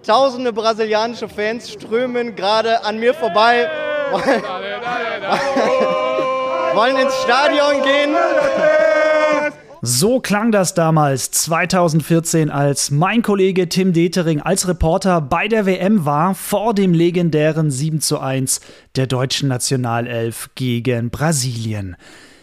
Tausende brasilianische Fans strömen gerade an mir vorbei, wollen ins Stadion gehen. So klang das damals 2014, als mein Kollege Tim Detering als Reporter bei der WM war, vor dem legendären 7:1 der deutschen Nationalelf gegen Brasilien.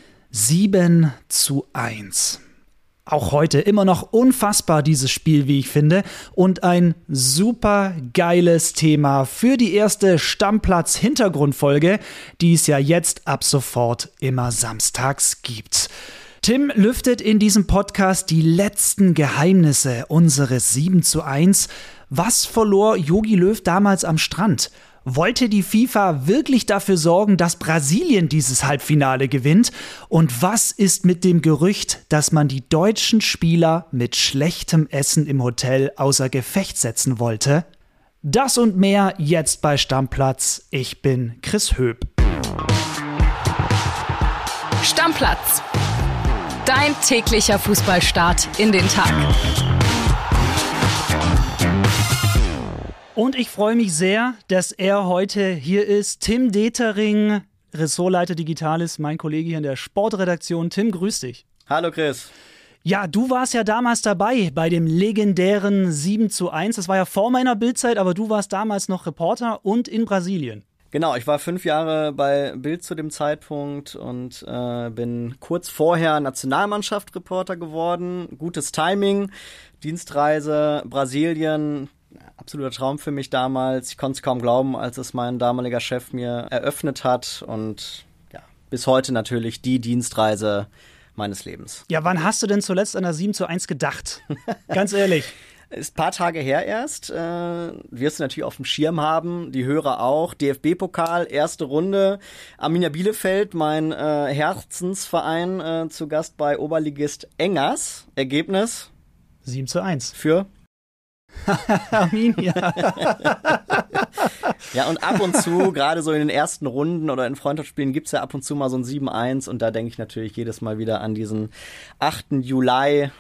7:1. Auch heute immer noch unfassbar dieses Spiel, wie ich finde, und ein super geiles Thema für die erste Stammplatz-Hintergrundfolge, die es ja jetzt ab sofort immer samstags gibt. Tim lüftet in diesem Podcast die letzten Geheimnisse unseres 7:1. Was verlor Jogi Löw damals am Strand? Wollte die FIFA wirklich dafür sorgen, dass Brasilien dieses Halbfinale gewinnt? Und was ist mit dem Gerücht, dass man die deutschen Spieler mit schlechtem Essen im Hotel außer Gefecht setzen wollte? Das und mehr jetzt bei Stammplatz. Ich bin Chris Höp. Stammplatz. Dein täglicher Fußballstart in den Tag. Und ich freue mich sehr, dass er heute hier ist. Tim Detering, Ressortleiter Digitales, mein Kollege hier in der Sportredaktion. Tim, grüß dich. Hallo Chris. Ja, du warst ja damals dabei bei dem legendären 7:1. Das war ja vor meiner Bildzeit, aber du warst damals noch Reporter und in Brasilien. Genau, ich war 5 Jahre bei Bild zu dem Zeitpunkt und bin kurz vorher Nationalmannschaft-Reporter geworden. Gutes Timing, Dienstreise, Brasilien, absoluter Traum für mich damals. Ich konnte es kaum glauben, als es mein damaliger Chef mir eröffnet hat und ja, bis heute natürlich die Dienstreise meines Lebens. Ja, wann hast du denn zuletzt an der 7:1 gedacht? Ganz ehrlich. Ist ein paar Tage her erst. Wirst du natürlich auf dem Schirm haben, die Hörer auch. DFB-Pokal, erste Runde. Arminia Bielefeld, mein Herzensverein, zu Gast bei Oberligist Engers. Ergebnis? 7:1. Für? Arminia. Ja, und ab und zu, gerade so in den ersten Runden oder in Freundschaftsspielen, gibt's ja ab und zu mal so ein 7:1 und da denke ich natürlich jedes Mal wieder an diesen 8. Juli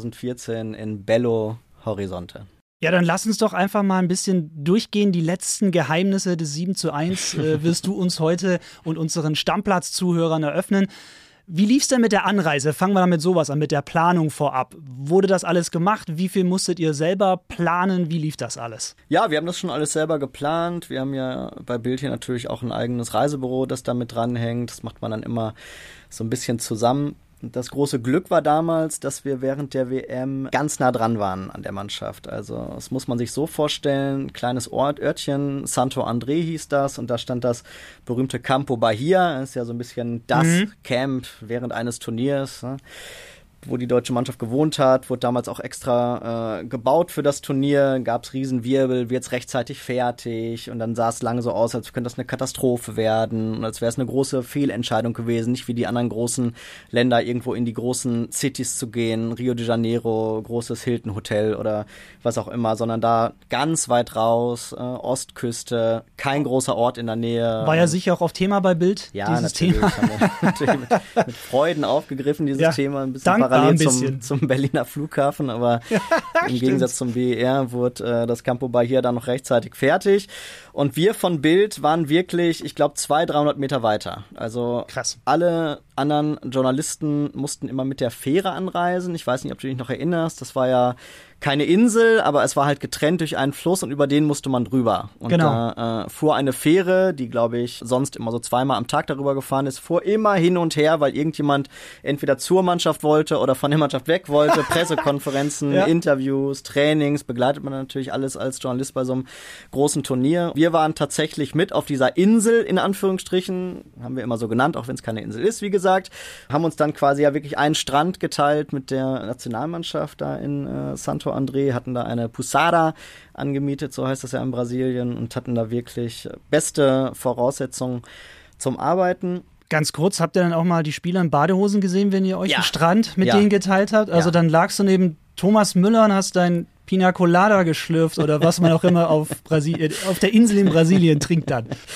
2014 in Belo Horizonte. Ja, dann lass uns doch einfach mal ein bisschen durchgehen. Die letzten Geheimnisse des 7:1 wirst du uns heute und unseren Stammplatz-Zuhörern eröffnen. Wie lief's denn mit der Anreise? Fangen wir damit sowas an, mit der Planung vorab. Wurde das alles gemacht? Wie viel musstet ihr selber planen? Wie lief das alles? Ja, wir haben das schon alles selber geplant. Wir haben ja bei Bild hier natürlich auch ein eigenes Reisebüro, das da mit dranhängt. Das macht man dann immer so ein bisschen zusammen. Das große Glück war damals, dass wir während der WM ganz nah dran waren an der Mannschaft. Also das muss man sich so vorstellen, kleines Örtchen, Santo André hieß das und da stand das berühmte Campo Bahia, das ist ja so ein bisschen das Camp während eines Turniers, ne, wo die deutsche Mannschaft gewohnt hat, wurde damals auch extra gebaut für das Turnier, gab es Riesenwirbel, wird's rechtzeitig fertig und dann sah es lange so aus, als könnte das eine Katastrophe werden und als wäre es eine große Fehlentscheidung gewesen, nicht wie die anderen großen Länder irgendwo in die großen Cities zu gehen, Rio de Janeiro, großes Hilton Hotel oder was auch immer, sondern da ganz weit raus, Ostküste, kein großer Ort in der Nähe. War ja sicher auch auf Thema bei Bild, ja, dieses natürlich, Thema. Haben wir natürlich mit Freuden aufgegriffen, dieses Thema, ein bisschen parallel zum Berliner Flughafen, aber im Gegensatz zum BER wurde das Campo Bahia dann noch rechtzeitig fertig. Und wir von Bild waren wirklich, ich glaube, 200-300 Meter weiter. Also krass. Alle anderen Journalisten mussten immer mit der Fähre anreisen. Ich weiß nicht, ob du dich noch erinnerst. Das war ja keine Insel, aber es war halt getrennt durch einen Fluss und über den musste man drüber. Und da fuhr eine Fähre, die, glaube ich, sonst immer so 2-mal am Tag darüber gefahren ist, fuhr immer hin und her, weil irgendjemand entweder zur Mannschaft wollte oder von der Mannschaft weg wollte. Pressekonferenzen, Interviews, Trainings, begleitet man natürlich alles als Journalist bei so einem großen Turnier. Wir waren tatsächlich mit auf dieser Insel, in Anführungsstrichen, haben wir immer so genannt, auch wenn es keine Insel ist, wie gesagt, haben uns dann quasi ja wirklich einen Strand geteilt mit der Nationalmannschaft da in Santo André, hatten da eine Pousada angemietet, so heißt das ja in Brasilien, und hatten da wirklich beste Voraussetzungen zum Arbeiten. Ganz kurz, habt ihr dann auch mal die Spieler in Badehosen gesehen, wenn ihr euch den Strand mit denen geteilt habt? Also dann lagst du neben Thomas Müller und hast dein Pina Colada geschlürft oder was man auch immer auf der Insel in Brasilien trinkt dann.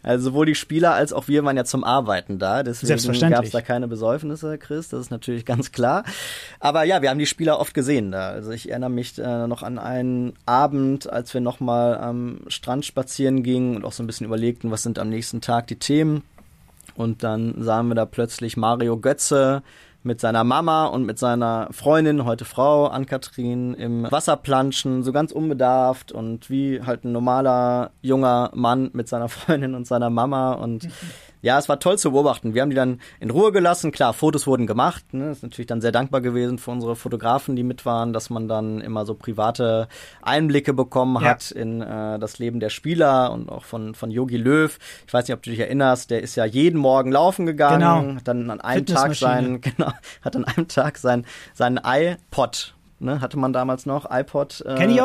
Also sowohl die Spieler als auch wir waren ja zum Arbeiten da. Deswegen gab es da keine Besäufnisse, Chris. Das ist natürlich ganz klar. Aber ja, wir haben die Spieler oft gesehen da. Also ich erinnere mich noch an einen Abend, als wir nochmal am Strand spazieren gingen und auch so ein bisschen überlegten, was sind am nächsten Tag die Themen. Und dann sahen wir da plötzlich Mario Götze mit seiner Mama und mit seiner Freundin, heute Frau, Ann-Kathrin, im Wasser planschen, so ganz unbedarft und wie halt ein normaler junger Mann mit seiner Freundin und seiner Mama. Und ja, es war toll zu beobachten. Wir haben die dann in Ruhe gelassen. Klar, Fotos wurden gemacht. Ne? Das ist natürlich dann sehr dankbar gewesen für unsere Fotografen, die mit waren, dass man dann immer so private Einblicke bekommen hat in das Leben der Spieler und auch von Jogi Löw. Ich weiß nicht, ob du dich erinnerst, der ist ja jeden Morgen laufen gegangen, hat dann an einem Tag seinen iPod, ne, hatte man damals noch, iPod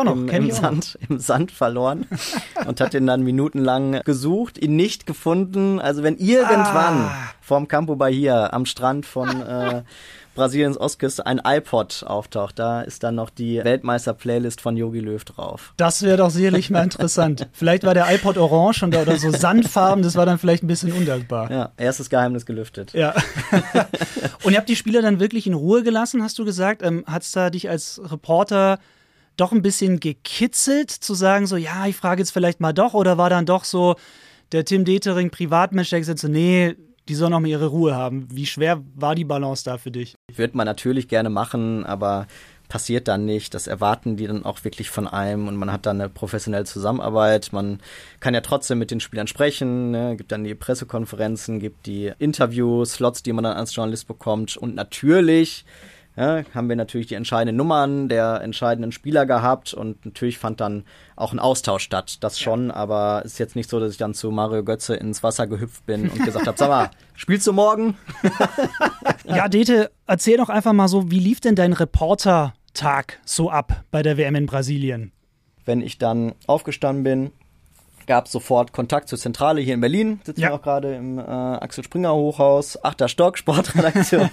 im Sand verloren und hat ihn dann minutenlang gesucht, ihn nicht gefunden. Also wenn irgendwann vorm Campo Bahia am Strand von Brasiliens Ostküste ein iPod auftaucht, da ist dann noch die Weltmeister-Playlist von Jogi Löw drauf. Das wäre doch sicherlich mal interessant. Vielleicht war der iPod orange oder so Sandfarben, das war dann vielleicht ein bisschen undankbar. Ja, erstes Geheimnis gelüftet. Ja. Und ihr habt die Spieler dann wirklich in Ruhe gelassen, hast du gesagt? Hat es da dich als Reporter doch ein bisschen gekitzelt, zu sagen so, ja, ich frage jetzt vielleicht mal doch, oder war dann doch so der Tim Detering Privatmensch, der gesagt hat, so, nee, die sollen auch mal ihre Ruhe haben. Wie schwer war die Balance da für dich? Würde man natürlich gerne machen, aber passiert dann nicht. Das erwarten die dann auch wirklich von einem und man hat dann eine professionelle Zusammenarbeit. Man kann ja trotzdem mit den Spielern sprechen, ne? Gibt dann die Pressekonferenzen, gibt die Interviews, Slots, die man dann als Journalist bekommt und natürlich haben wir natürlich die entscheidenden Nummern der entscheidenden Spieler gehabt und natürlich fand dann auch ein Austausch statt, das schon, aber es ist jetzt nicht so, dass ich dann zu Mario Götze ins Wasser gehüpft bin und gesagt habe, sag mal, spielst du morgen? Ja, Dete, erzähl doch einfach mal so, wie lief denn dein Reporter-Tag so ab bei der WM in Brasilien? Wenn ich dann aufgestanden bin, gab es sofort Kontakt zur Zentrale hier in Berlin. Sitzen wir auch gerade im Axel Springer Hochhaus, 8. Stock, Sportredaktion.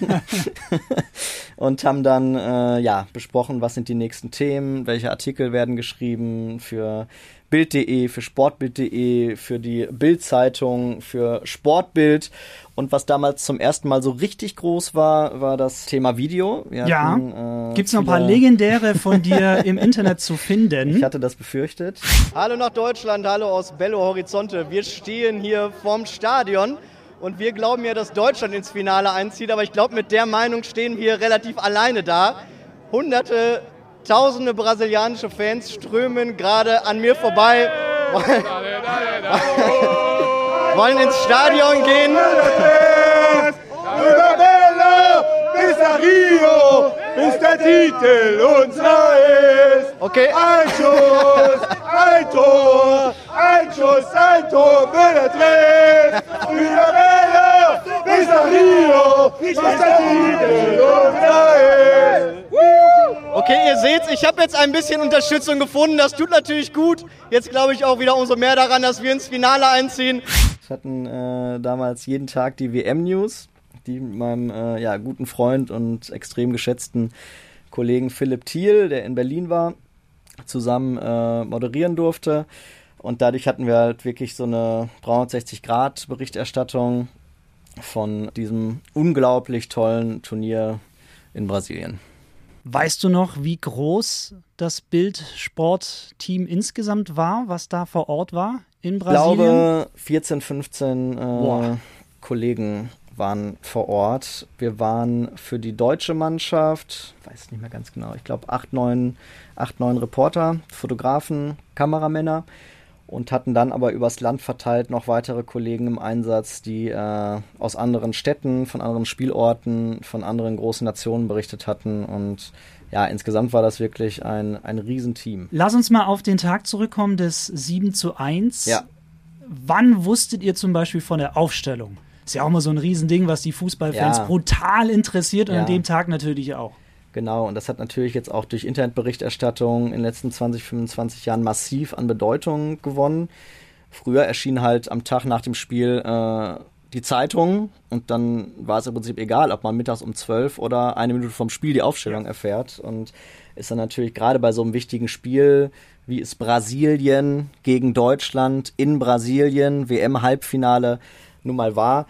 Und haben dann besprochen, was sind die nächsten Themen, welche Artikel werden geschrieben für Bild.de, für Sportbild.de, für die Bild-Zeitung, für Sportbild. Und was damals zum ersten Mal so richtig groß war, war das Thema Video. Gibt es noch ein paar legendäre von dir im Internet zu finden? Ich hatte das befürchtet. Hallo nach Deutschland, hallo aus Belo Horizonte. Wir stehen hier vorm Stadion und wir glauben ja, dass Deutschland ins Finale einzieht. Aber ich glaube, mit der Meinung stehen wir relativ alleine da. Tausende brasilianische Fans strömen gerade an mir vorbei, wollen ins Stadion gehen. Bis der Titel unser ist. Okay. Ein Schuss, ein Tor, ein Schuss, ein Tor, Müller trifft. Über Belo, bis nach Rio, bis der Titel unser ist. Okay, ihr seht's, ich habe jetzt ein bisschen Unterstützung gefunden, das tut natürlich gut. Jetzt glaube ich auch wieder umso mehr daran, dass wir ins Finale einziehen. Wir hatten damals jeden Tag die WM-News, die mit meinem guten Freund und extrem geschätzten Kollegen Philipp Thiel, der in Berlin war, zusammen moderieren durfte. Und dadurch hatten wir halt wirklich so eine 360-Grad-Berichterstattung von diesem unglaublich tollen Turnier in Brasilien. Weißt du noch, wie groß das Bild-Sport-Team insgesamt war, was da vor Ort war in Brasilien? Ich glaube, 14, 15 Kollegen waren vor Ort. Wir waren für die deutsche Mannschaft, weiß nicht mehr ganz genau, ich glaube 8, 9 Reporter, Fotografen, Kameramänner und hatten dann aber übers Land verteilt noch weitere Kollegen im Einsatz, die aus anderen Städten, von anderen Spielorten, von anderen großen Nationen berichtet hatten und ja, insgesamt war das wirklich ein Riesenteam. Lass uns mal auf den Tag zurückkommen des 7:1. Ja. Wann wusstet ihr zum Beispiel von der Aufstellung? Ist ja auch mal so ein Riesending, was die Fußballfans brutal interessiert und an dem Tag natürlich auch. Genau, und das hat natürlich jetzt auch durch Internetberichterstattung in den letzten 20, 25 Jahren massiv an Bedeutung gewonnen. Früher erschien halt am Tag nach dem Spiel die Zeitung und dann war es im Prinzip egal, ob man mittags um 12 oder eine Minute vom Spiel die Aufstellung erfährt. Und ist dann natürlich gerade bei so einem wichtigen Spiel wie es Brasilien gegen Deutschland in Brasilien, WM-Halbfinale nun mal war,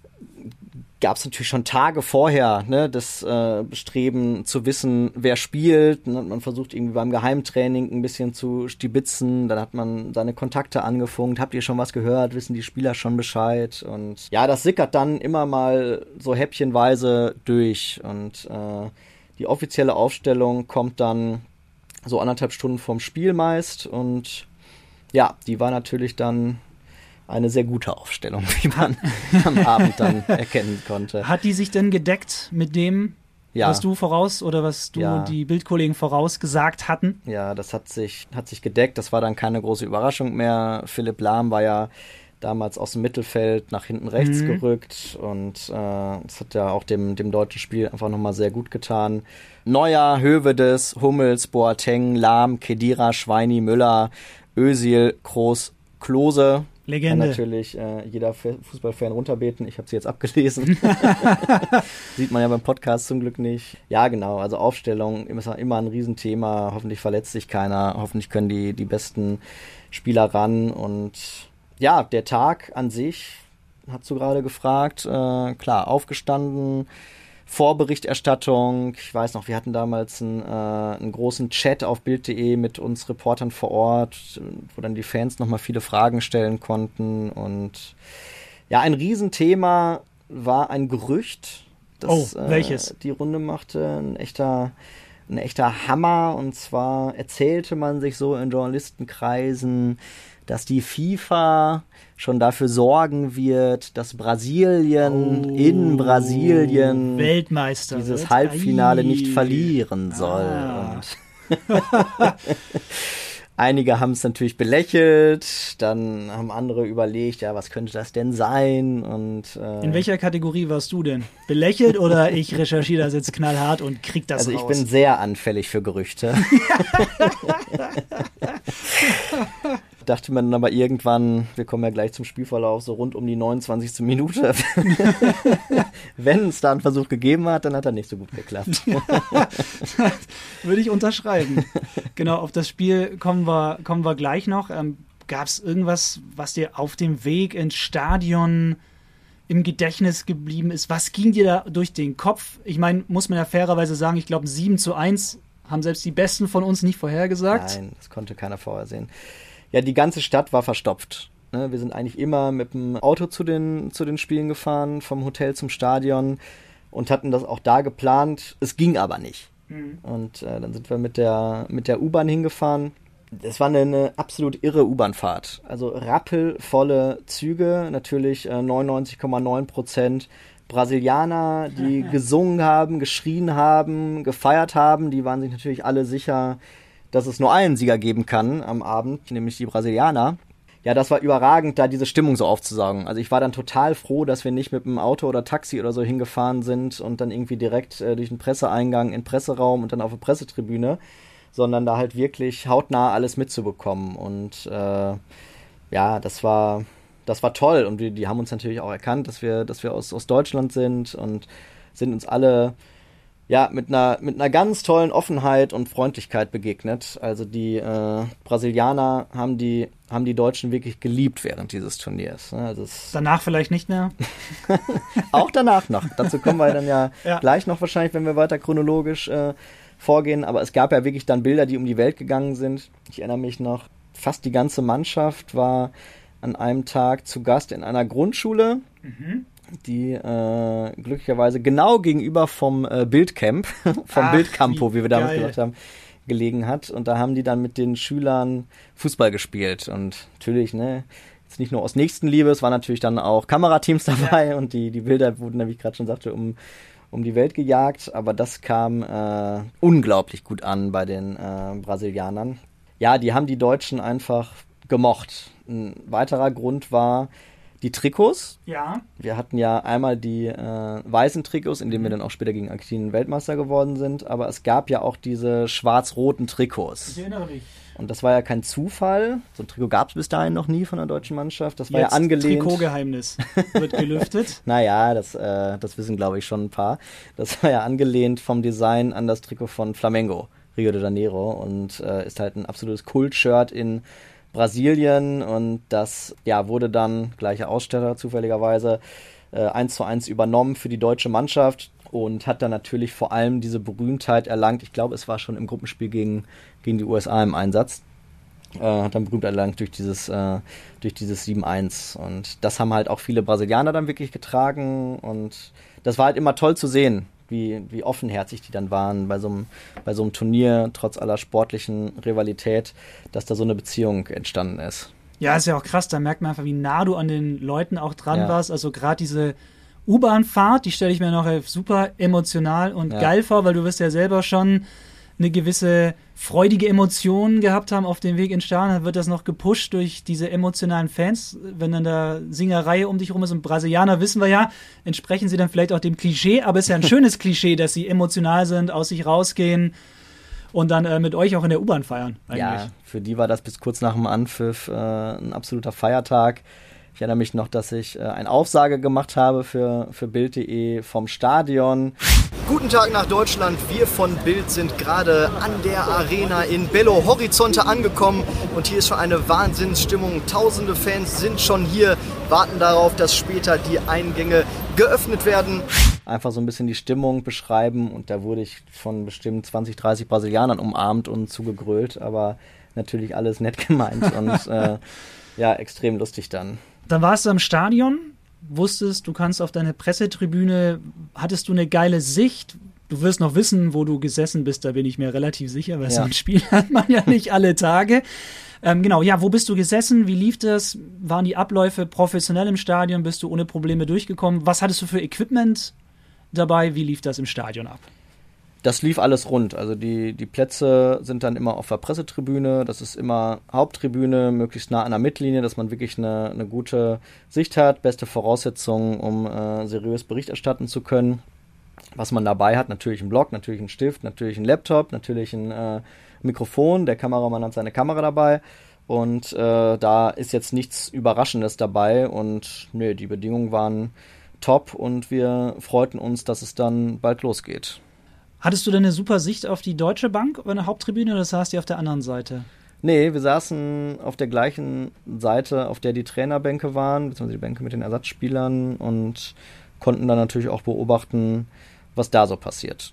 gab es natürlich schon Tage vorher, ne, das Bestreben zu wissen, wer spielt. Dann hat man versucht, irgendwie beim Geheimtraining ein bisschen zu stibitzen. Dann hat man seine Kontakte angefunkt. Habt ihr schon was gehört? Wissen die Spieler schon Bescheid? Und ja, das sickert dann immer mal so häppchenweise durch. Und die offizielle Aufstellung kommt dann so 1,5 Stunden vorm Spiel meist. Und ja, die war natürlich dann eine sehr gute Aufstellung, wie man am Abend dann erkennen konnte. Hat die sich denn gedeckt mit dem, was du die Bildkollegen vorausgesagt hatten? Ja, das hat sich gedeckt. Das war dann keine große Überraschung mehr. Philipp Lahm war ja damals aus dem Mittelfeld nach hinten rechts gerückt und das hat ja auch dem deutschen Spiel einfach nochmal sehr gut getan. Neuer, Höwedes, Hummels, Boateng, Lahm, Khedira, Schweini, Müller, Özil, Kroos, Klose. Legende. Kann natürlich jeder Fußballfan runterbeten. Ich habe sie jetzt abgelesen. Sieht man ja beim Podcast zum Glück nicht. Ja, genau. Also Aufstellung ist immer ein Riesenthema. Hoffentlich verletzt sich keiner. Hoffentlich können die besten Spieler ran. Und ja, der Tag an sich, hast du gerade gefragt, klar, aufgestanden, Vorberichterstattung. Ich weiß noch, wir hatten damals einen großen Chat auf Bild.de mit uns Reportern vor Ort, wo dann die Fans nochmal viele Fragen stellen konnten. Und ja, ein Riesenthema war ein Gerücht, das welches? Die Runde machte. Ein echter Hammer. Und zwar erzählte man sich so in Journalistenkreisen, dass die FIFA schon dafür sorgen wird, dass Brasilien in Brasilien Weltmeister dieses Halbfinale nicht verlieren soll. Und einige haben es natürlich belächelt, dann haben andere überlegt, ja, was könnte das denn sein? Und in welcher Kategorie warst du denn? Belächelt oder ich recherchiere das jetzt knallhart und krieg das raus? Also ich bin sehr anfällig für Gerüchte. Dachte man dann aber irgendwann, wir kommen ja gleich zum Spielverlauf, so rund um die 29. Minute. Wenn es da einen Versuch gegeben hat, dann hat er nicht so gut geklappt. Würde ich unterschreiben. Genau, auf das Spiel kommen wir gleich noch. Gab es irgendwas, was dir auf dem Weg ins Stadion im Gedächtnis geblieben ist? Was ging dir da durch den Kopf? Ich meine, muss man ja fairerweise sagen, ich glaube 7:1 haben selbst die Besten von uns nicht vorhergesagt. Nein, das konnte keiner vorhersehen. Ja, die ganze Stadt war verstopft. Wir sind eigentlich immer mit dem Auto zu den Spielen gefahren, vom Hotel zum Stadion und hatten das auch da geplant. Es ging aber nicht. Und dann sind wir mit der U-Bahn hingefahren. Das war eine absolut irre U-Bahn-Fahrt. Also rappelvolle Züge, natürlich 99,9% Brasilianer, die gesungen haben, geschrien haben, gefeiert haben. Die waren sich natürlich alle sicher, dass es nur einen Sieger geben kann am Abend, nämlich die Brasilianer. Ja, das war überragend, da diese Stimmung so aufzusaugen. Also ich war dann total froh, dass wir nicht mit einem Auto oder Taxi oder so hingefahren sind und dann irgendwie direkt durch den Presseeingang in den Presseraum und dann auf der Pressetribüne, sondern da halt wirklich hautnah alles mitzubekommen. Und ja, das war toll. Und die haben uns natürlich auch erkannt, dass wir aus Deutschland sind und sind uns alle mit einer ganz tollen Offenheit und Freundlichkeit begegnet. Also die Brasilianer haben die Deutschen wirklich geliebt während dieses Turniers. Also danach vielleicht nicht mehr? Auch danach noch. Dazu kommen wir dann ja gleich noch wahrscheinlich, wenn wir weiter chronologisch vorgehen. Aber es gab ja wirklich dann Bilder, die um die Welt gegangen sind. Ich erinnere mich noch, fast die ganze Mannschaft war an einem Tag zu Gast in einer Grundschule. Die glücklicherweise genau gegenüber vom Bildcamp, vom Bildcampo, wie wir damals gesagt haben, gelegen hat. Und da haben die dann mit den Schülern Fußball gespielt. Und natürlich, jetzt nicht nur aus Nächstenliebe, es waren natürlich dann auch Kamerateams dabei und die Bilder wurden, wie ich gerade schon sagte, um die Welt gejagt. Aber das kam unglaublich gut an bei den Brasilianern. Ja, die haben die Deutschen einfach gemocht. Ein weiterer Grund war die Trikots. Ja. Wir hatten ja einmal die weißen Trikots, in denen wir dann auch später gegen Argentinien Weltmeister geworden sind, aber es gab ja auch diese schwarz-roten Trikots. Ich erinnere mich. Und das war ja kein Zufall. So ein Trikot gab es bis dahin noch nie von der deutschen Mannschaft. Das war jetzt ja angelehnt. Trikotgeheimnis wird gelüftet. Naja, das wissen, glaube ich, schon ein paar. Das war ja angelehnt vom Design an das Trikot von Flamengo. Rio de Janeiro und ist halt ein absolutes Kult-Shirt in Brasilien und das wurde dann, gleicher Aussteller zufälligerweise, 1:1 übernommen für die deutsche Mannschaft und hat dann natürlich vor allem diese Berühmtheit erlangt. Ich glaube, es war schon im Gruppenspiel gegen die USA im Einsatz. Hat dann berühmt erlangt durch dieses 7:1 und das haben halt auch viele Brasilianer dann wirklich getragen und das war halt immer toll zu sehen, wie offenherzig die dann waren bei so einem Turnier, trotz aller sportlichen Rivalität, dass da so eine Beziehung entstanden ist. Ja, ist ja auch krass, da merkt man einfach, wie nah du an den Leuten auch dran warst, also gerade diese U-Bahn-Fahrt, die stelle ich mir noch super emotional und geil vor, weil du wirst ja selber schon eine gewisse freudige Emotion gehabt haben auf dem Weg ins Stadion, dann wird das noch gepusht durch diese emotionalen Fans, wenn dann da Singerei um dich rum ist und Brasilianer, wissen wir ja, entsprechen sie dann vielleicht auch dem Klischee, aber es ist ja ein schönes Klischee, dass sie emotional sind, aus sich rausgehen und dann mit euch auch in der U-Bahn feiern eigentlich. Ja, für die war das bis kurz nach dem Anpfiff ein absoluter Feiertag. Ich erinnere mich noch, dass ich eine Aufsage gemacht habe für Bild.de vom Stadion. Guten Tag nach Deutschland. Wir von Bild sind gerade an der Arena in Belo Horizonte angekommen und hier ist schon eine Wahnsinnsstimmung. Tausende Fans sind schon hier, warten darauf, dass später die Eingänge geöffnet werden. Einfach so ein bisschen die Stimmung beschreiben und da wurde ich von bestimmt 20, 30 Brasilianern umarmt und zugegrölt, aber natürlich alles nett gemeint und extrem lustig dann. Dann warst du am Stadion, wusstest, du kannst auf deine Pressetribüne, hattest du eine geile Sicht? Du wirst noch wissen, wo du gesessen bist, da bin ich mir relativ sicher, weil so ein Spiel hat man ja nicht alle Tage. Wo bist du gesessen? Wie lief das? Waren die Abläufe professionell im Stadion? Bist du ohne Probleme durchgekommen? Was hattest du für Equipment dabei? Wie lief das im Stadion ab? Das lief alles rund. Also die Plätze sind dann immer auf der Pressetribüne. Das ist immer Haupttribüne, möglichst nah an der Mittellinie, dass man wirklich eine gute Sicht hat. Beste Voraussetzungen, um seriös Bericht erstatten zu können. Was man dabei hat, natürlich ein Block, natürlich ein Stift, natürlich ein Laptop, natürlich ein Mikrofon. Der Kameramann hat seine Kamera dabei. Und da ist jetzt nichts Überraschendes dabei. Und die Bedingungen waren top und wir freuten uns, dass es dann bald losgeht. Hattest du denn eine super Sicht auf die Deutsche Bank oder eine Haupttribüne oder saßt ihr auf der anderen Seite? Nee, wir saßen auf der gleichen Seite, auf der die Trainerbänke waren, beziehungsweise die Bänke mit den Ersatzspielern und konnten dann natürlich auch beobachten, was da so passiert.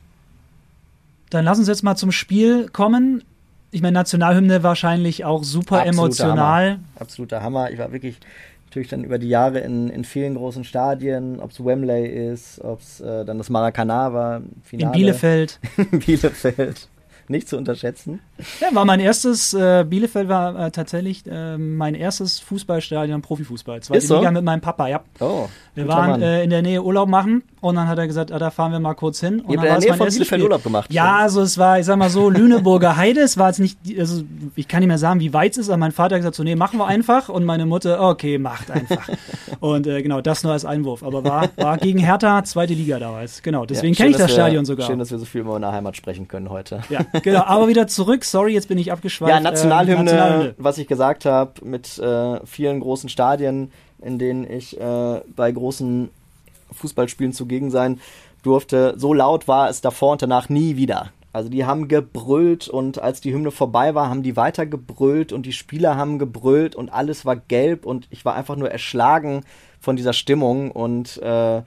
Dann lass uns jetzt mal zum Spiel kommen. Ich meine, Nationalhymne wahrscheinlich auch super emotional. Absoluter Hammer. Ich war wirklich natürlich dann über die Jahre in vielen großen Stadien, ob es Wembley ist, ob es dann das Maracanã war. Finale. In Bielefeld. Bielefeld. Nicht zu unterschätzen. Ja, war mein erstes, Bielefeld war tatsächlich mein erstes Fußballstadion, Profifußball. Zweite Liga mit meinem Papa, ja. Oh, wir waren in der Nähe Urlaub machen und dann hat er gesagt, da fahren wir mal kurz hin. Und ihr habt in der Nähe von Bielefeld Urlaub gemacht? Ja, also es war, ich sag mal so, Lüneburger Heide. Es war jetzt nicht, also ich kann nicht mehr sagen, wie weit es ist, aber mein Vater hat gesagt, so, nee, machen wir einfach. Und meine Mutter, okay, macht einfach. Und das nur als Einwurf. Aber war gegen Hertha, zweite Liga damals. Genau, deswegen kenne ich das Stadion sogar. Schön, dass wir so viel über meine Heimat sprechen können heute. Ja, genau, aber wieder zurück, sorry, jetzt bin ich abgeschweift. Ja, Nationalhymne, was ich gesagt habe, mit vielen großen Stadien, in denen ich bei großen Fußballspielen zugegen sein durfte. So laut war es davor und danach nie wieder. Also die haben gebrüllt und als die Hymne vorbei war, haben die weiter gebrüllt und die Spieler haben gebrüllt und alles war gelb und ich war einfach nur erschlagen von dieser Stimmung und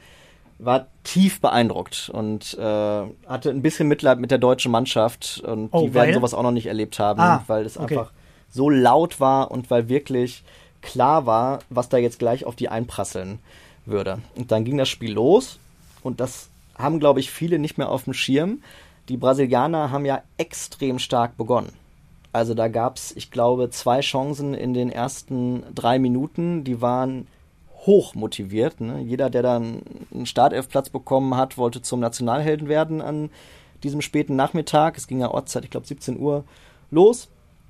war tief beeindruckt und hatte ein bisschen Mitleid mit der deutschen Mannschaft und die werden sowas auch noch nicht erlebt haben, weil es einfach so laut war und weil wirklich klar war, was da jetzt gleich auf die einprasseln würde. Und dann ging das Spiel los und das haben, glaube ich, viele nicht mehr auf dem Schirm. Die Brasilianer haben ja extrem stark begonnen. Also da gab es, ich glaube, 2 Chancen in den ersten 3 Minuten, die waren hoch motiviert. Ne? Jeder, der dann einen Startelfplatz bekommen hat, wollte zum Nationalhelden werden an diesem späten Nachmittag. Es ging ja Ortszeit, ich glaube 17 Uhr los.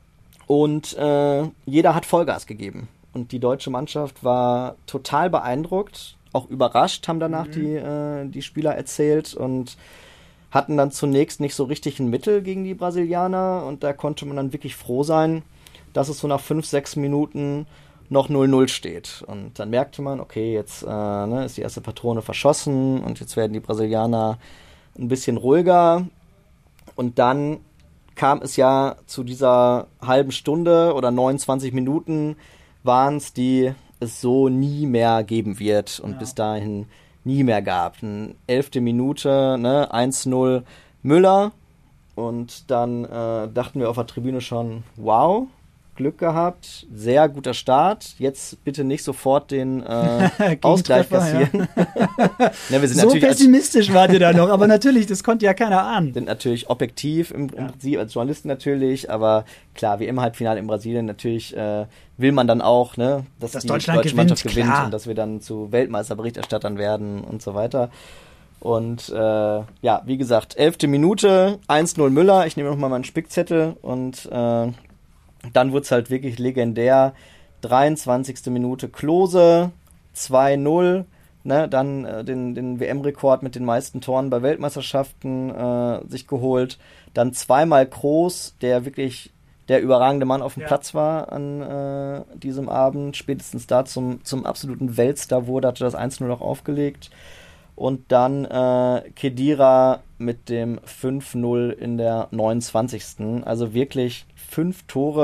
Und jeder hat Vollgas gegeben. Und die deutsche Mannschaft war total beeindruckt, auch überrascht, haben danach die Spieler erzählt und hatten dann zunächst nicht so richtig ein Mittel gegen die Brasilianer. Und da konnte man dann wirklich froh sein, dass es so nach 5-6 Minuten noch 0-0 steht. Und dann merkte man, okay, jetzt ist die erste Patrone verschossen und jetzt werden die Brasilianer ein bisschen ruhiger. Und dann kam es ja zu dieser halben Stunde oder 29 Minuten waren es, die es so nie mehr geben wird und bis dahin nie mehr gab. 11. Minute, 1-0 Müller und dann dachten wir auf der Tribüne schon, wow, Glück gehabt, sehr guter Start. Jetzt bitte nicht sofort den Ausgleich kassieren. Wir sind so pessimistisch wart ihr da noch, aber natürlich, das konnte ja keiner ahnen. Sind natürlich objektiv im Prinzip als Journalisten natürlich, aber klar, wie im Halbfinale in Brasilien natürlich will man dann auch, dass die Deutschland deutsche Mannschaft gewinnt klar. und dass wir dann zu Weltmeisterberichterstattern werden und so weiter. Und wie gesagt, 11. Minute, 1-0 Müller. Ich nehme nochmal meinen Spickzettel und dann wurde es halt wirklich legendär. 23. Minute Klose, 2-0. Dann den WM-Rekord mit den meisten Toren bei Weltmeisterschaften sich geholt. Dann zweimal Kroos, der wirklich der überragende Mann auf dem Platz war an diesem Abend. Spätestens da zum absoluten Weltstar wurde, hatte das 1-0 auch aufgelegt. Und dann Khedira mit dem 5-0 in der 29. Also wirklich 4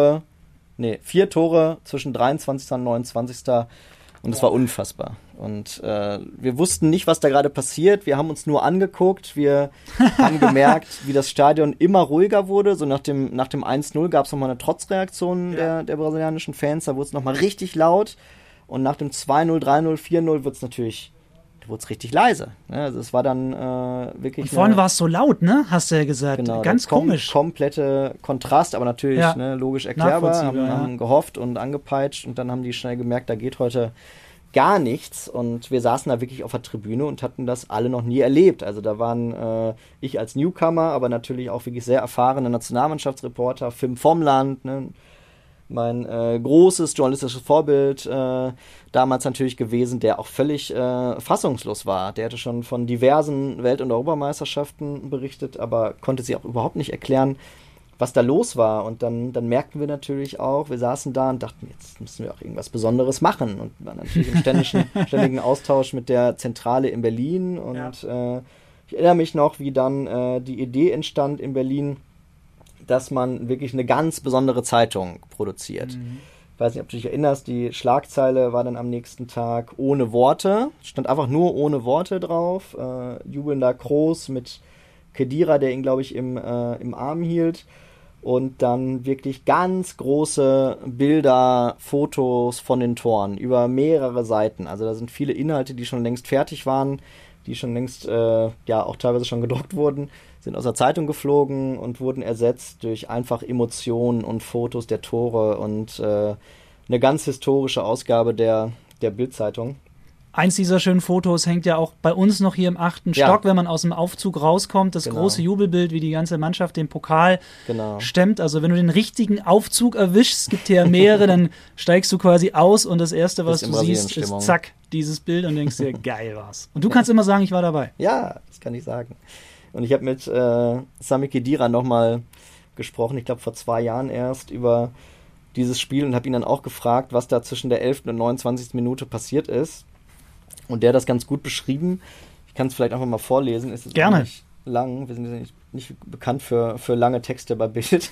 Tore zwischen 23. und 29. Und es war unfassbar. Und wir wussten nicht, was da gerade passiert. Wir haben uns nur angeguckt. Wir haben gemerkt, wie das Stadion immer ruhiger wurde. So nach dem 1-0 gab es nochmal eine Trotzreaktion der brasilianischen Fans. Da wurde es nochmal richtig laut. Und nach dem 2-0, 3-0, 4-0 wurde es richtig leise. Also es war dann wirklich... Und vorhin war es so laut, ne? Hast du ja gesagt. Genau, ganz komisch. Komplette Kontrast, aber natürlich logisch erklärbar. Haben gehofft und angepeitscht und dann haben die schnell gemerkt, da geht heute gar nichts. Und wir saßen da wirklich auf der Tribüne und hatten das alle noch nie erlebt. Also da waren ich als Newcomer, aber natürlich auch wirklich sehr erfahrene Nationalmannschaftsreporter, Fim vom Land, mein großes journalistisches Vorbild damals natürlich gewesen, der auch völlig fassungslos war. Der hatte schon von diversen Welt- und Europameisterschaften berichtet, aber konnte sich auch überhaupt nicht erklären, was da los war. Und dann merkten wir natürlich auch, wir saßen da und dachten, jetzt müssen wir auch irgendwas Besonderes machen. Und waren natürlich im ständigen Austausch mit der Zentrale in Berlin. Und ich erinnere mich noch, wie dann die Idee entstand in Berlin, dass man wirklich eine ganz besondere Zeitung produziert. Ich weiß nicht, ob du dich erinnerst, die Schlagzeile war dann am nächsten Tag ohne Worte, stand einfach nur ohne Worte drauf, jubelnder Kroos mit Khedira, der ihn, glaube ich, im Arm hielt und dann wirklich ganz große Bilder, Fotos von den Toren über mehrere Seiten. Also da sind viele Inhalte, die schon längst fertig waren, die schon längst auch teilweise schon gedruckt wurden, sind aus der Zeitung geflogen und wurden ersetzt durch einfach Emotionen und Fotos der Tore und eine ganz historische Ausgabe der Bild-Zeitung. Eins dieser schönen Fotos hängt ja auch bei uns noch hier im 8. Stock, wenn man aus dem Aufzug rauskommt. Das große Jubelbild, wie die ganze Mannschaft den Pokal stemmt. Also wenn du den richtigen Aufzug erwischst, es gibt hier mehrere, dann steigst du quasi aus und das Erste, was du siehst, ist zack, dieses Bild und denkst dir, geil war's. Und du kannst immer sagen, ich war dabei. Ja, das kann ich sagen. Und ich habe mit Sami Khedira nochmal gesprochen, ich glaube vor 2 Jahren erst, über dieses Spiel und habe ihn dann auch gefragt, was da zwischen der 11. und 29. Minute passiert ist. Und der hat das ganz gut beschrieben. Ich kann es vielleicht einfach mal vorlesen. Es ist gerne nicht lang. Wir sind ja nicht bekannt für lange Texte bei Bild.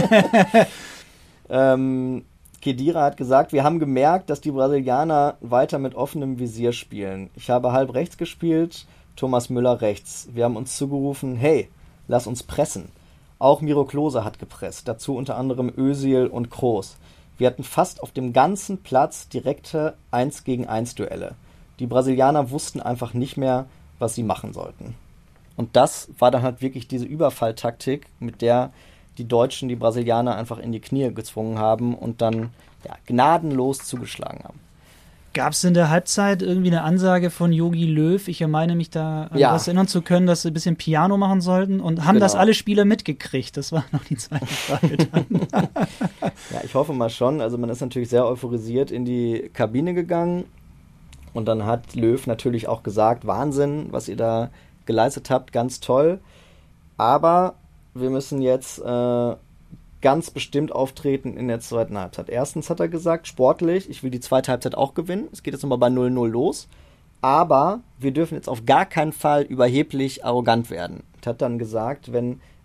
Khedira hat gesagt, wir haben gemerkt, dass die Brasilianer weiter mit offenem Visier spielen. Ich habe halb rechts gespielt, Thomas Müller rechts. Wir haben uns zugerufen, hey, lass uns pressen. Auch Miro Klose hat gepresst, dazu unter anderem Özil und Kroos. Wir hatten fast auf dem ganzen Platz direkte 1-gegen-1-Duelle. Die Brasilianer wussten einfach nicht mehr, was sie machen sollten. Und das war dann halt wirklich diese Überfalltaktik, mit der die Deutschen die Brasilianer einfach in die Knie gezwungen haben und dann gnadenlos zugeschlagen haben. Gab es in der Halbzeit irgendwie eine Ansage von Jogi Löw? Ich meine mich da an was erinnern zu können, dass sie ein bisschen Piano machen sollten und haben das alle Spieler mitgekriegt? Das war noch die zweite Frage dann. Ja, ich hoffe mal schon. Also man ist natürlich sehr euphorisiert in die Kabine gegangen und dann hat Löw natürlich auch gesagt, Wahnsinn, was ihr da geleistet habt, ganz toll. Aber wir müssen jetzt ganz bestimmt auftreten in der zweiten Halbzeit. Erstens hat er gesagt, sportlich, ich will die zweite Halbzeit auch gewinnen. Es geht jetzt nochmal bei 0-0 los. Aber wir dürfen jetzt auf gar keinen Fall überheblich arrogant werden. Er hat dann gesagt, wenn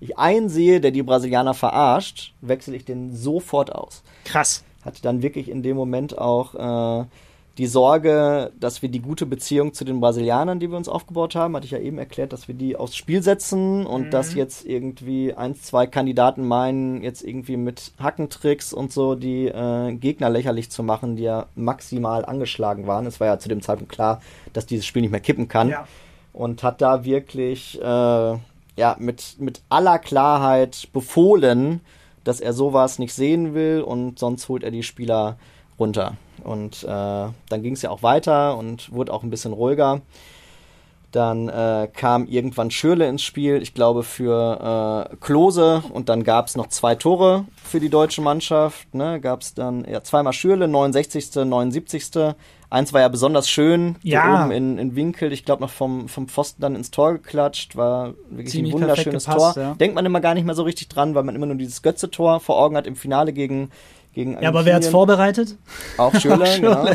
ich einen sehe, der die Brasilianer verarscht, wechsle ich den sofort aus. Krass. Hatte dann wirklich in dem Moment auch die Sorge, dass wir die gute Beziehung zu den Brasilianern, die wir uns aufgebaut haben, hatte ich ja eben erklärt, dass wir die aufs Spiel setzen und dass jetzt irgendwie 1, 2 Kandidaten meinen, jetzt irgendwie mit Hackentricks und so die Gegner lächerlich zu machen, die ja maximal angeschlagen waren. Es war ja zu dem Zeitpunkt klar, dass dieses Spiel nicht mehr kippen kann. Ja. Und hat da wirklich mit aller Klarheit befohlen, dass er sowas nicht sehen will und sonst holt er die Spieler runter. Und dann ging es ja auch weiter und wurde auch ein bisschen ruhiger. Dann kam irgendwann Schürrle ins Spiel, ich glaube für Klose, und dann gab es noch 2 Tore für die deutsche Mannschaft. Ne? Gab es dann zweimal Schürrle, 69., 79. Eins war ja besonders schön, oben in Winkel, ich glaube noch vom Pfosten dann ins Tor geklatscht, war wirklich ziemlich ein wunderschönes Tor. Ja. Denkt man immer gar nicht mehr so richtig dran, weil man immer nur dieses Götze-Tor vor Augen hat im Finale gegen ja, aber wer hat's vorbereitet? Auch Schürrle, genau.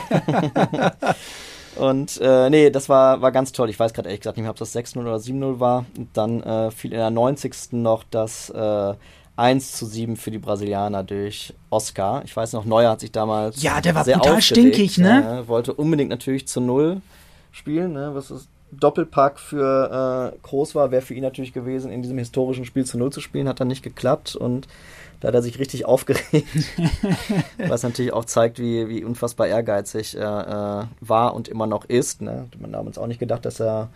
Und das war ganz toll. Ich weiß gerade ehrlich gesagt nicht mehr, ob das 6-0 oder 7-0 war. Und dann fiel in der 90. noch das 1:7 für die Brasilianer durch Oscar. Ich weiß noch, Neuer hat sich damals der war sehr total stinkig, ne? Wollte unbedingt natürlich zu 0 spielen, ne? Was ist Doppelpack für Kroos war, wäre für ihn natürlich gewesen, in diesem historischen Spiel zu 0 zu spielen, hat dann nicht geklappt und da hat er sich richtig aufgeregt, was natürlich auch zeigt, wie unfassbar ehrgeizig er war und immer noch ist. Ne? Man hat uns auch nicht gedacht, dass er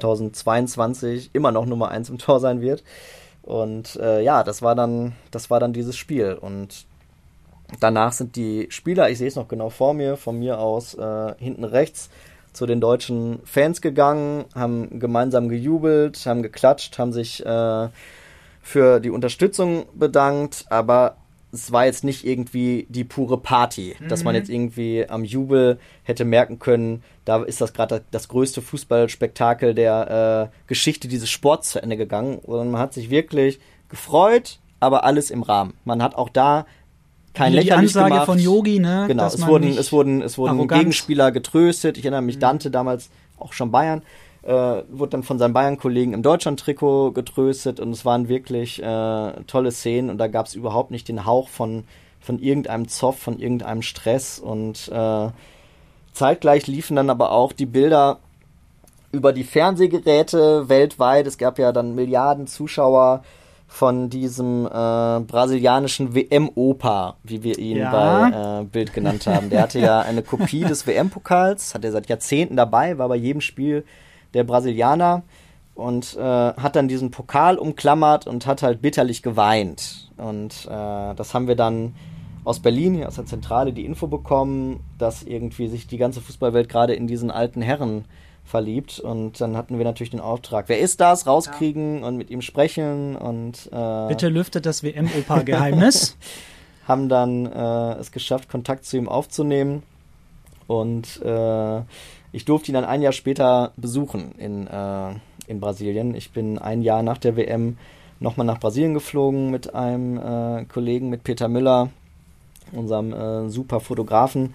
2022 immer noch Nummer 1 im Tor sein wird. Und das war dann dieses Spiel. Und danach sind die Spieler, ich sehe es noch genau vor mir, von mir aus hinten rechts, zu den deutschen Fans gegangen, haben gemeinsam gejubelt, haben geklatscht, haben sich für die Unterstützung bedankt, aber es war jetzt nicht irgendwie die pure Party, dass man jetzt irgendwie am Jubel hätte merken können, da ist das gerade das größte Fußballspektakel der Geschichte dieses Sports zu Ende gegangen, sondern man hat sich wirklich gefreut, aber alles im Rahmen. Man hat auch da kein lächerlich gemacht. Die Ansage von Yogi, ne? Genau, es wurden Gegenspieler getröstet. Ich erinnere mich, Dante, damals auch schon Bayern, wurde dann von seinen Bayern-Kollegen im Deutschland-Trikot getröstet und es waren wirklich tolle Szenen und da gab es überhaupt nicht den Hauch von irgendeinem Zoff, von irgendeinem Stress und zeitgleich liefen dann aber auch die Bilder über die Fernsehgeräte weltweit. Es gab ja dann Milliarden Zuschauer von diesem brasilianischen WM-Opa, wie wir ihn bei Bild genannt haben. Der hatte ja eine Kopie des WM-Pokals, hat er seit Jahrzehnten dabei, war bei jedem Spiel der Brasilianer und hat dann diesen Pokal umklammert und hat halt bitterlich geweint. Und das haben wir dann aus Berlin, hier aus der Zentrale, die Info bekommen, dass irgendwie sich die ganze Fußballwelt gerade in diesen alten Herren verliebt. Und dann hatten wir natürlich den Auftrag, wer ist das? Rauskriegen und mit ihm sprechen. Und bitte lüftet das WM-Opa-Geheimnis. Haben dann es geschafft, Kontakt zu ihm aufzunehmen. Und ich durfte ihn dann ein Jahr später besuchen in Brasilien. Ich bin ein Jahr nach der WM nochmal nach Brasilien geflogen mit einem Kollegen, mit Peter Müller, unserem super Fotografen,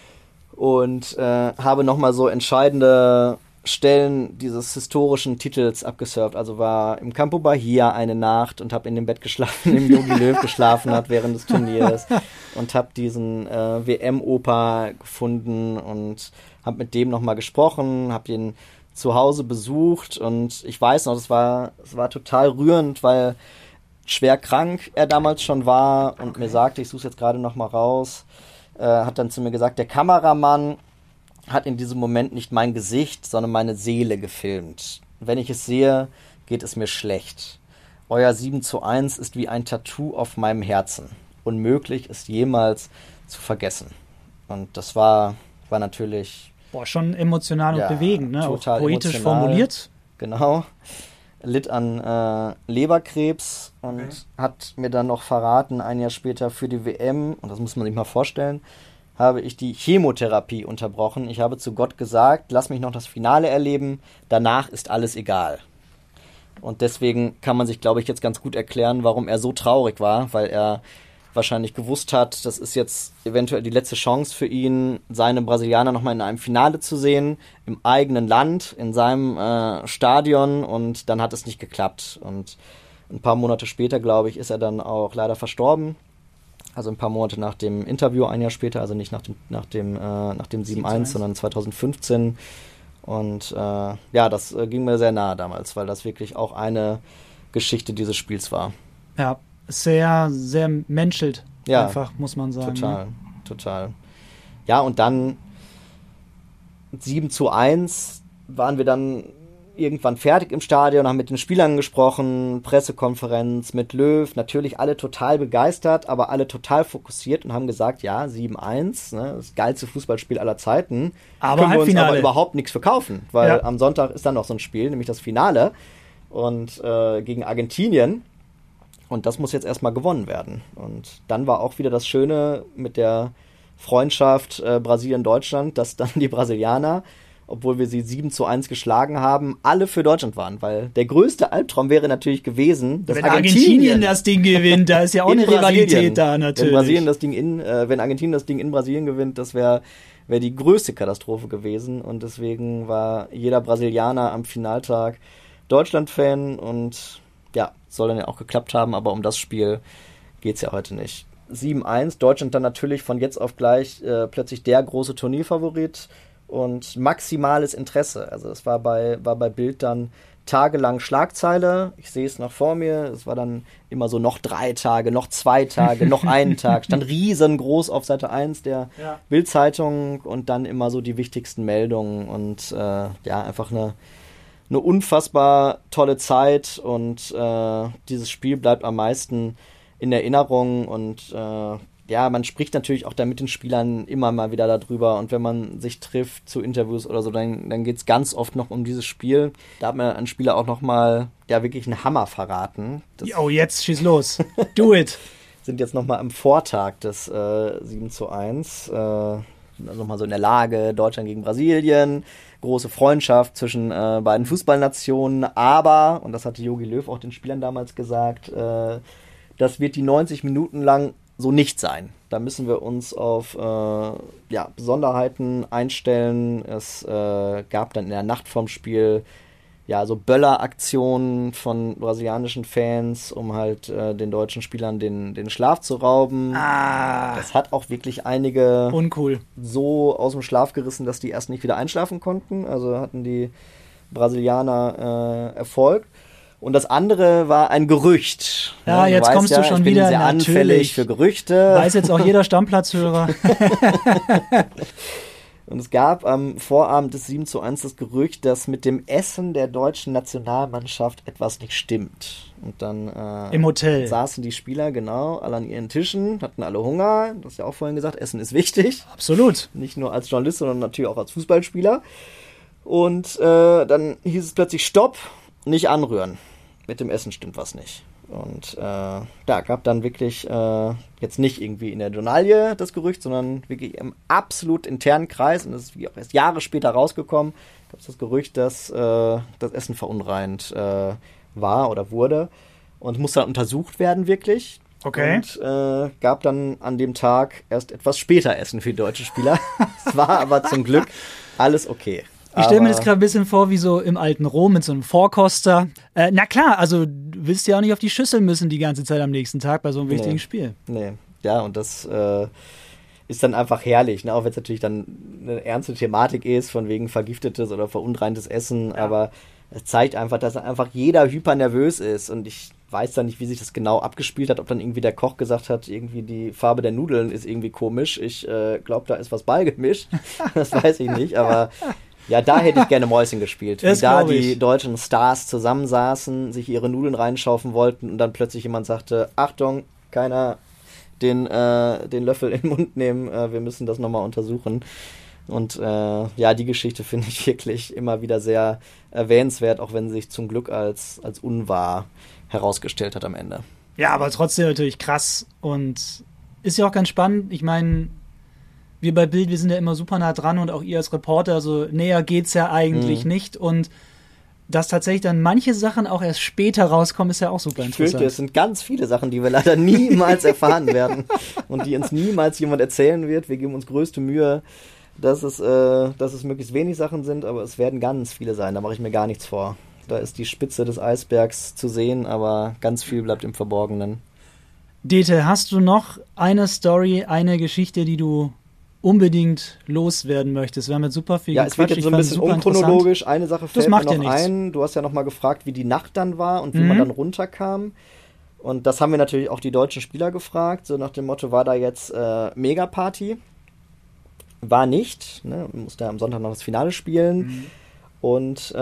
und habe nochmal so entscheidende Stellen dieses historischen Titels abgesurft. Also war im Campo Bahia eine Nacht und habe in dem Bett geschlafen, im Jogi Löw geschlafen hat während des Turniers und habe diesen WM-Opa gefunden und habe mit dem nochmal gesprochen, habe ihn zu Hause besucht und ich weiß noch, es war total rührend, weil schwer krank er damals schon war und mir sagte, ich suche es jetzt gerade nochmal raus, hat dann zu mir gesagt, der Kameramann hat in diesem Moment nicht mein Gesicht, sondern meine Seele gefilmt. Wenn ich es sehe, geht es mir schlecht. Euer 7:1 ist wie ein Tattoo auf meinem Herzen. Unmöglich, es jemals zu vergessen. Und das war natürlich... schon emotional und bewegend, ne? Total auch poetisch emotional, formuliert. Genau. Litt an Leberkrebs und hat mir dann noch verraten, ein Jahr später für die WM, und das muss man sich mal vorstellen, habe ich die Chemotherapie unterbrochen. Ich habe zu Gott gesagt, lass mich noch das Finale erleben, danach ist alles egal. Und deswegen kann man sich, glaube ich, jetzt ganz gut erklären, warum er so traurig war, weil er wahrscheinlich gewusst hat, das ist jetzt eventuell die letzte Chance für ihn, seine Brasilianer nochmal in einem Finale zu sehen, im eigenen Land, in seinem Stadion, und dann hat es nicht geklappt. Und Ein paar Monate später, glaube ich, ist er dann auch leider verstorben. Also ein paar Monate nach dem Interview, ein Jahr später, also nicht nach dem 7-1, sondern 2015. Und das ging mir sehr nahe damals, weil das wirklich auch eine Geschichte dieses Spiels war. Ja, sehr, sehr menschelt, einfach, muss man sagen. Total. Ja, und dann 7-1 waren wir dann irgendwann fertig im Stadion, haben mit den Spielern gesprochen, Pressekonferenz mit Löw, natürlich alle total begeistert, aber alle total fokussiert und haben gesagt, ja, 7-1, ne, das geilste Fußballspiel aller Zeiten, aber können wir uns aber überhaupt nichts verkaufen, weil am Sonntag ist dann noch so ein Spiel, nämlich das Finale und gegen Argentinien und das muss jetzt erstmal gewonnen werden. Und dann war auch wieder das Schöne mit der Freundschaft Brasilien-Deutschland, dass dann die Brasilianer, obwohl wir sie 7-1 geschlagen haben, alle für Deutschland waren, weil der größte Albtraum wäre natürlich gewesen, dass wenn Argentinien das Ding gewinnt, da ist ja auch eine Rivalität da natürlich. Wenn Argentinien das Ding in Brasilien gewinnt, das wäre die größte Katastrophe gewesen und deswegen war jeder Brasilianer am Finaltag Deutschland-Fan und ja, soll dann ja auch geklappt haben, aber um das Spiel geht's ja heute nicht. 7-1, Deutschland dann natürlich von jetzt auf gleich plötzlich der große Turnierfavorit und maximales Interesse. Also es war bei Bild dann tagelang Schlagzeile. Ich sehe es noch vor mir. Es war dann immer so noch 3 Tage, noch 2 Tage, noch einen Tag. Stand riesengroß auf Seite 1 der Bild-Zeitung und dann immer so die wichtigsten Meldungen. Und einfach eine unfassbar tolle Zeit. Und dieses Spiel bleibt am meisten in Erinnerung. Und man spricht natürlich auch da mit den Spielern immer mal wieder darüber und wenn man sich trifft zu Interviews oder so, dann geht es ganz oft noch um dieses Spiel. Da hat mir ein Spieler auch nochmal wirklich einen Hammer verraten. Jetzt schieß los. Do it. Sind jetzt nochmal am Vortag des 7-1 nochmal so in der Lage, Deutschland gegen Brasilien, große Freundschaft zwischen beiden Fußballnationen, aber, und das hatte Jogi Löw auch den Spielern damals gesagt, das wird die 90 Minuten lang so nicht sein. Da müssen wir uns auf Besonderheiten einstellen. Es gab dann in der Nacht vorm Spiel so Böller-Aktionen von brasilianischen Fans, um halt den deutschen Spielern den Schlaf zu rauben. Das hat auch wirklich einige uncool so aus dem Schlaf gerissen, dass die erst nicht wieder einschlafen konnten. Also hatten die Brasilianer Erfolg. Und das andere war ein Gerücht. Ja, jetzt kommst du schon wieder. Ich bin sehr anfällig für Gerüchte. Weiß jetzt auch jeder Stammplatzhörer. Und es gab am Vorabend des 7-1 das Gerücht, dass mit dem Essen der deutschen Nationalmannschaft etwas nicht stimmt. Und dann im Hotel saßen die Spieler, alle an ihren Tischen, hatten alle Hunger. Du hast ja auch vorhin gesagt, Essen ist wichtig. Absolut. Nicht nur als Journalist, sondern natürlich auch als Fußballspieler. Und dann hieß es plötzlich Stopp, nicht anrühren. Mit dem Essen stimmt was nicht. Und gab dann wirklich jetzt nicht irgendwie in der Journalie das Gerücht, sondern wirklich im absolut internen Kreis, und das ist auch erst Jahre später rausgekommen, gab es das Gerücht, dass das Essen verunreinigt war oder wurde und musste dann untersucht werden wirklich. Okay. Und gab dann an dem Tag erst etwas später Essen für die deutschen Spieler. Es war aber zum Glück alles okay. Ich stelle mir das gerade ein bisschen vor, wie so im alten Rom mit so einem Vorkoster. Na klar, also du willst ja auch nicht auf die Schüssel müssen die ganze Zeit am nächsten Tag bei so einem wichtigen Spiel. Nee, ja, und das ist dann einfach herrlich, ne? Auch wenn es natürlich dann eine ernste Thematik ist, von wegen vergiftetes oder verunreintes Essen, aber es zeigt einfach, dass einfach jeder hypernervös ist und ich weiß dann nicht, wie sich das genau abgespielt hat, ob dann irgendwie der Koch gesagt hat, irgendwie die Farbe der Nudeln ist irgendwie komisch. Ich glaube, da ist was beigemischt. Das weiß ich nicht, aber ja, da hätte ich gerne Mäuschen gespielt. Wie da die deutschen Stars zusammensaßen, sich ihre Nudeln reinschaufen wollten und dann plötzlich jemand sagte, Achtung, keiner den Löffel in den Mund nehmen, wir müssen das nochmal untersuchen. Und die Geschichte finde ich wirklich immer wieder sehr erwähnenswert, auch wenn sie sich zum Glück als unwahr herausgestellt hat am Ende. Ja, aber trotzdem natürlich krass und ist ja auch ganz spannend. Ich meine, wir bei Bild, wir sind ja immer super nah dran und auch ihr als Reporter, also näher geht's ja eigentlich nicht und dass tatsächlich dann manche Sachen auch erst später rauskommen, ist ja auch super interessant. Ich fürchte, es sind ganz viele Sachen, die wir leider niemals erfahren werden und die uns niemals jemand erzählen wird. Wir geben uns größte Mühe, dass es möglichst wenig Sachen sind, aber es werden ganz viele sein, da mache ich mir gar nichts vor. Da ist die Spitze des Eisbergs zu sehen, aber ganz viel bleibt im Verborgenen. Dete, hast du noch eine Story, eine Geschichte, die du unbedingt loswerden möchtest? Wir haben jetzt super viel gequatscht. Ja, es wird jetzt so ein bisschen unchronologisch. Eine Sache fällt mir noch ein. Du hast ja noch mal gefragt, wie die Nacht dann war und wie man dann runterkam. Und das haben wir natürlich auch die deutschen Spieler gefragt. So nach dem Motto, war da jetzt Megaparty? War nicht. Ne? Man musste am Sonntag noch das Finale spielen. Und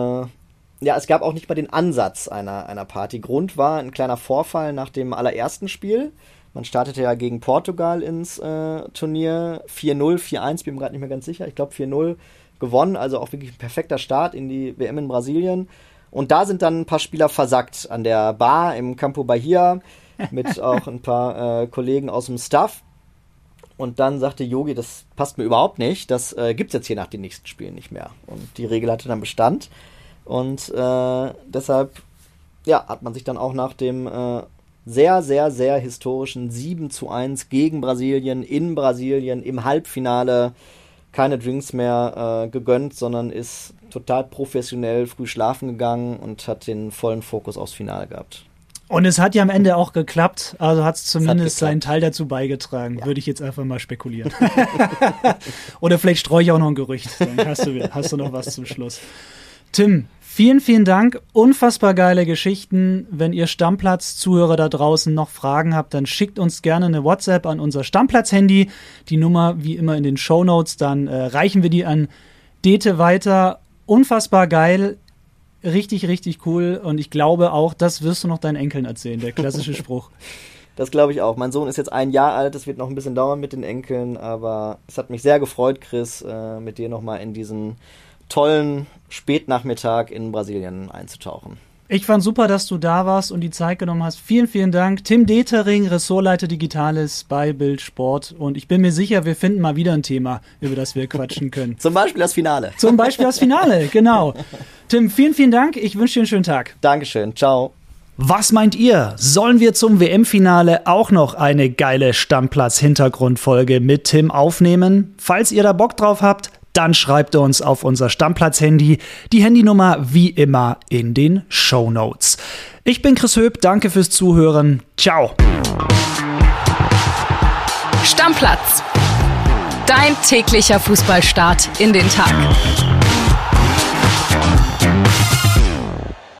es gab auch nicht mal den Ansatz einer Party. Grund war ein kleiner Vorfall nach dem allerersten Spiel. Man startete ja gegen Portugal ins Turnier 4-0, 4-1, bin mir gerade nicht mehr ganz sicher. Ich glaube 4-0 gewonnen, also auch wirklich ein perfekter Start in die WM in Brasilien. Und da sind dann ein paar Spieler versackt an der Bar im Campo Bahia mit auch ein paar Kollegen aus dem Staff. Und dann sagte Yogi, das passt mir überhaupt nicht, das gibt's jetzt hier nach den nächsten Spielen nicht mehr. Und die Regel hatte dann Bestand. Und deshalb hat man sich dann auch nach dem sehr, sehr, sehr historischen 7-1 gegen Brasilien, in Brasilien, im Halbfinale keine Drinks mehr gegönnt, sondern ist total professionell früh schlafen gegangen und hat den vollen Fokus aufs Finale gehabt. Und es hat ja am Ende auch geklappt, also hat es zumindest seinen Teil dazu beigetragen, würde ich jetzt einfach mal spekulieren. Oder vielleicht streue ich auch noch ein Gerücht, dann hast du noch was zum Schluss. Tim, vielen, vielen Dank. Unfassbar geile Geschichten. Wenn ihr Stammplatz-Zuhörer da draußen noch Fragen habt, dann schickt uns gerne eine WhatsApp an unser Stammplatz-Handy. Die Nummer wie immer in den Shownotes. Dann reichen wir die an Dete weiter. Unfassbar geil. Richtig, richtig cool. Und ich glaube auch, das wirst du noch deinen Enkeln erzählen, der klassische Spruch. Das glaube ich auch. Mein Sohn ist jetzt 1 Jahr alt. Es wird noch ein bisschen dauern mit den Enkeln. Aber es hat mich sehr gefreut, Chris, mit dir nochmal in diesen tollen Spätnachmittag in Brasilien einzutauchen. Ich fand super, dass du da warst und die Zeit genommen hast. Vielen, vielen Dank. Tim Detering, Ressortleiter Digitales bei Bild Sport. Und ich bin mir sicher, wir finden mal wieder ein Thema, über das wir quatschen können. Zum Beispiel das Finale. Zum Beispiel das Finale, genau. Tim, vielen, vielen Dank. Ich wünsche dir einen schönen Tag. Dankeschön. Ciao. Was meint ihr? Sollen wir zum WM-Finale auch noch eine geile Stammplatz-Hintergrundfolge mit Tim aufnehmen? Falls ihr da Bock drauf habt, dann schreibt uns auf unser Stammplatz-Handy. Die Handynummer wie immer in den Shownotes. Ich bin Chris Höp, danke fürs Zuhören. Ciao. Stammplatz. Dein täglicher Fußballstart in den Tag.